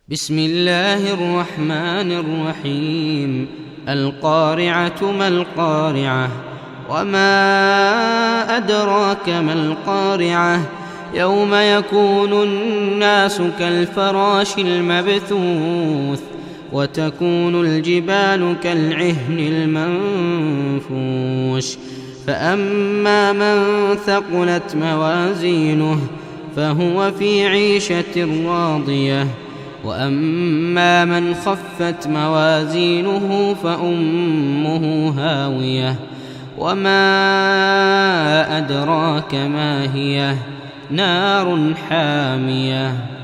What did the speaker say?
بسم الله الرحمن الرحيم. القارعة ما القارعة وما أدراك ما القارعة يوم يكون الناس كالفراش المبثوث وتكون الجبال كالعهن المنفوش فأما من ثقلت موازينه فهو في عيشة راضية وأما من خفت موازينه فأمه هاوية وما أدراك ما هي نار حامية.